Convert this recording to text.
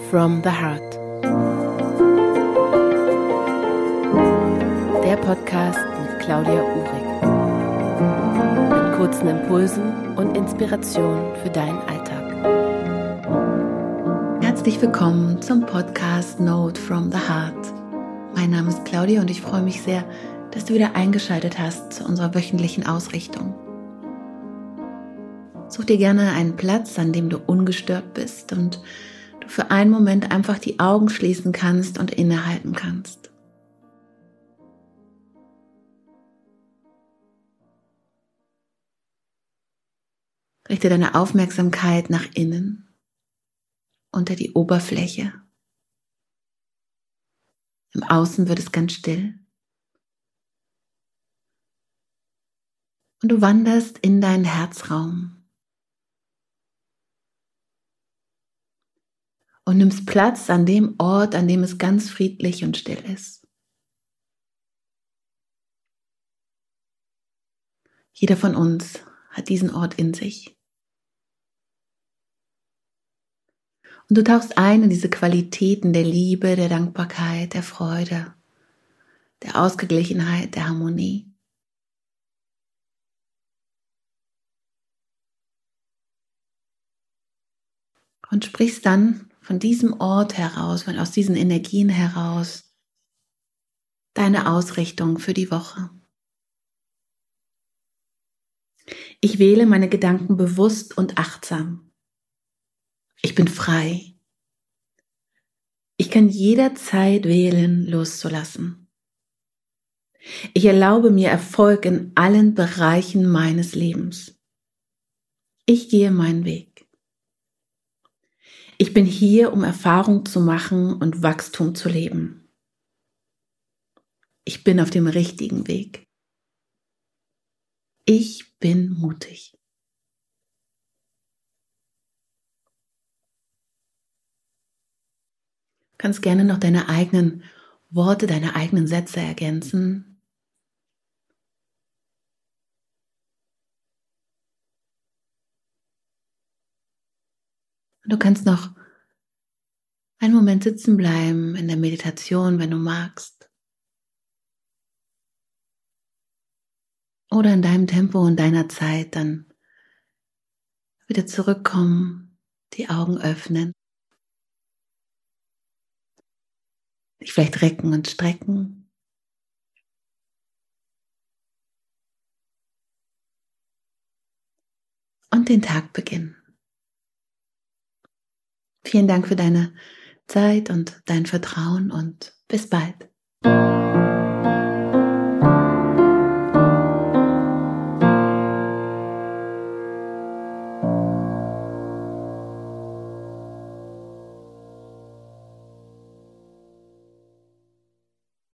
from the Heart. Der Podcast mit Claudia Uhrig. Mit kurzen Impulsen und Inspirationen für deinen Alltag. Herzlich willkommen zum Podcast Note from the Heart. Mein Name ist Claudia und ich freue mich sehr, dass du wieder eingeschaltet hast zu unserer wöchentlichen Ausrichtung. Such dir gerne einen Platz, an dem du ungestört bist und du für einen Moment einfach die Augen schließen kannst und innehalten kannst. Richte deine Aufmerksamkeit nach innen, unter die Oberfläche. Im Außen wird es ganz still. Und du wanderst in deinen Herzraum. Und nimmst Platz an dem Ort, an dem es ganz friedlich und still ist. Jeder von uns hat diesen Ort in sich. Und du tauchst ein in diese Qualitäten der Liebe, der Dankbarkeit, der Freude, der Ausgeglichenheit, der Harmonie. Und sprichst dann von diesem Ort heraus, aus diesen Energien heraus, deine Ausrichtung für die Woche. Ich wähle meine Gedanken bewusst und achtsam. Ich bin frei. Ich kann jederzeit wählen, loszulassen. Ich erlaube mir Erfolg in allen Bereichen meines Lebens. Ich gehe meinen Weg. Ich bin hier, um Erfahrung zu machen und Wachstum zu leben. Ich bin auf dem richtigen Weg. Ich bin mutig. Du kannst gerne noch deine eigenen Worte, deine eigenen Sätze ergänzen. Du kannst noch einen Moment sitzen bleiben in der Meditation, wenn du magst. Oder in deinem Tempo und deiner Zeit dann wieder zurückkommen, die Augen öffnen. Dich vielleicht recken und strecken. Und den Tag beginnen. Vielen Dank für deine Zeit und dein Vertrauen und bis bald.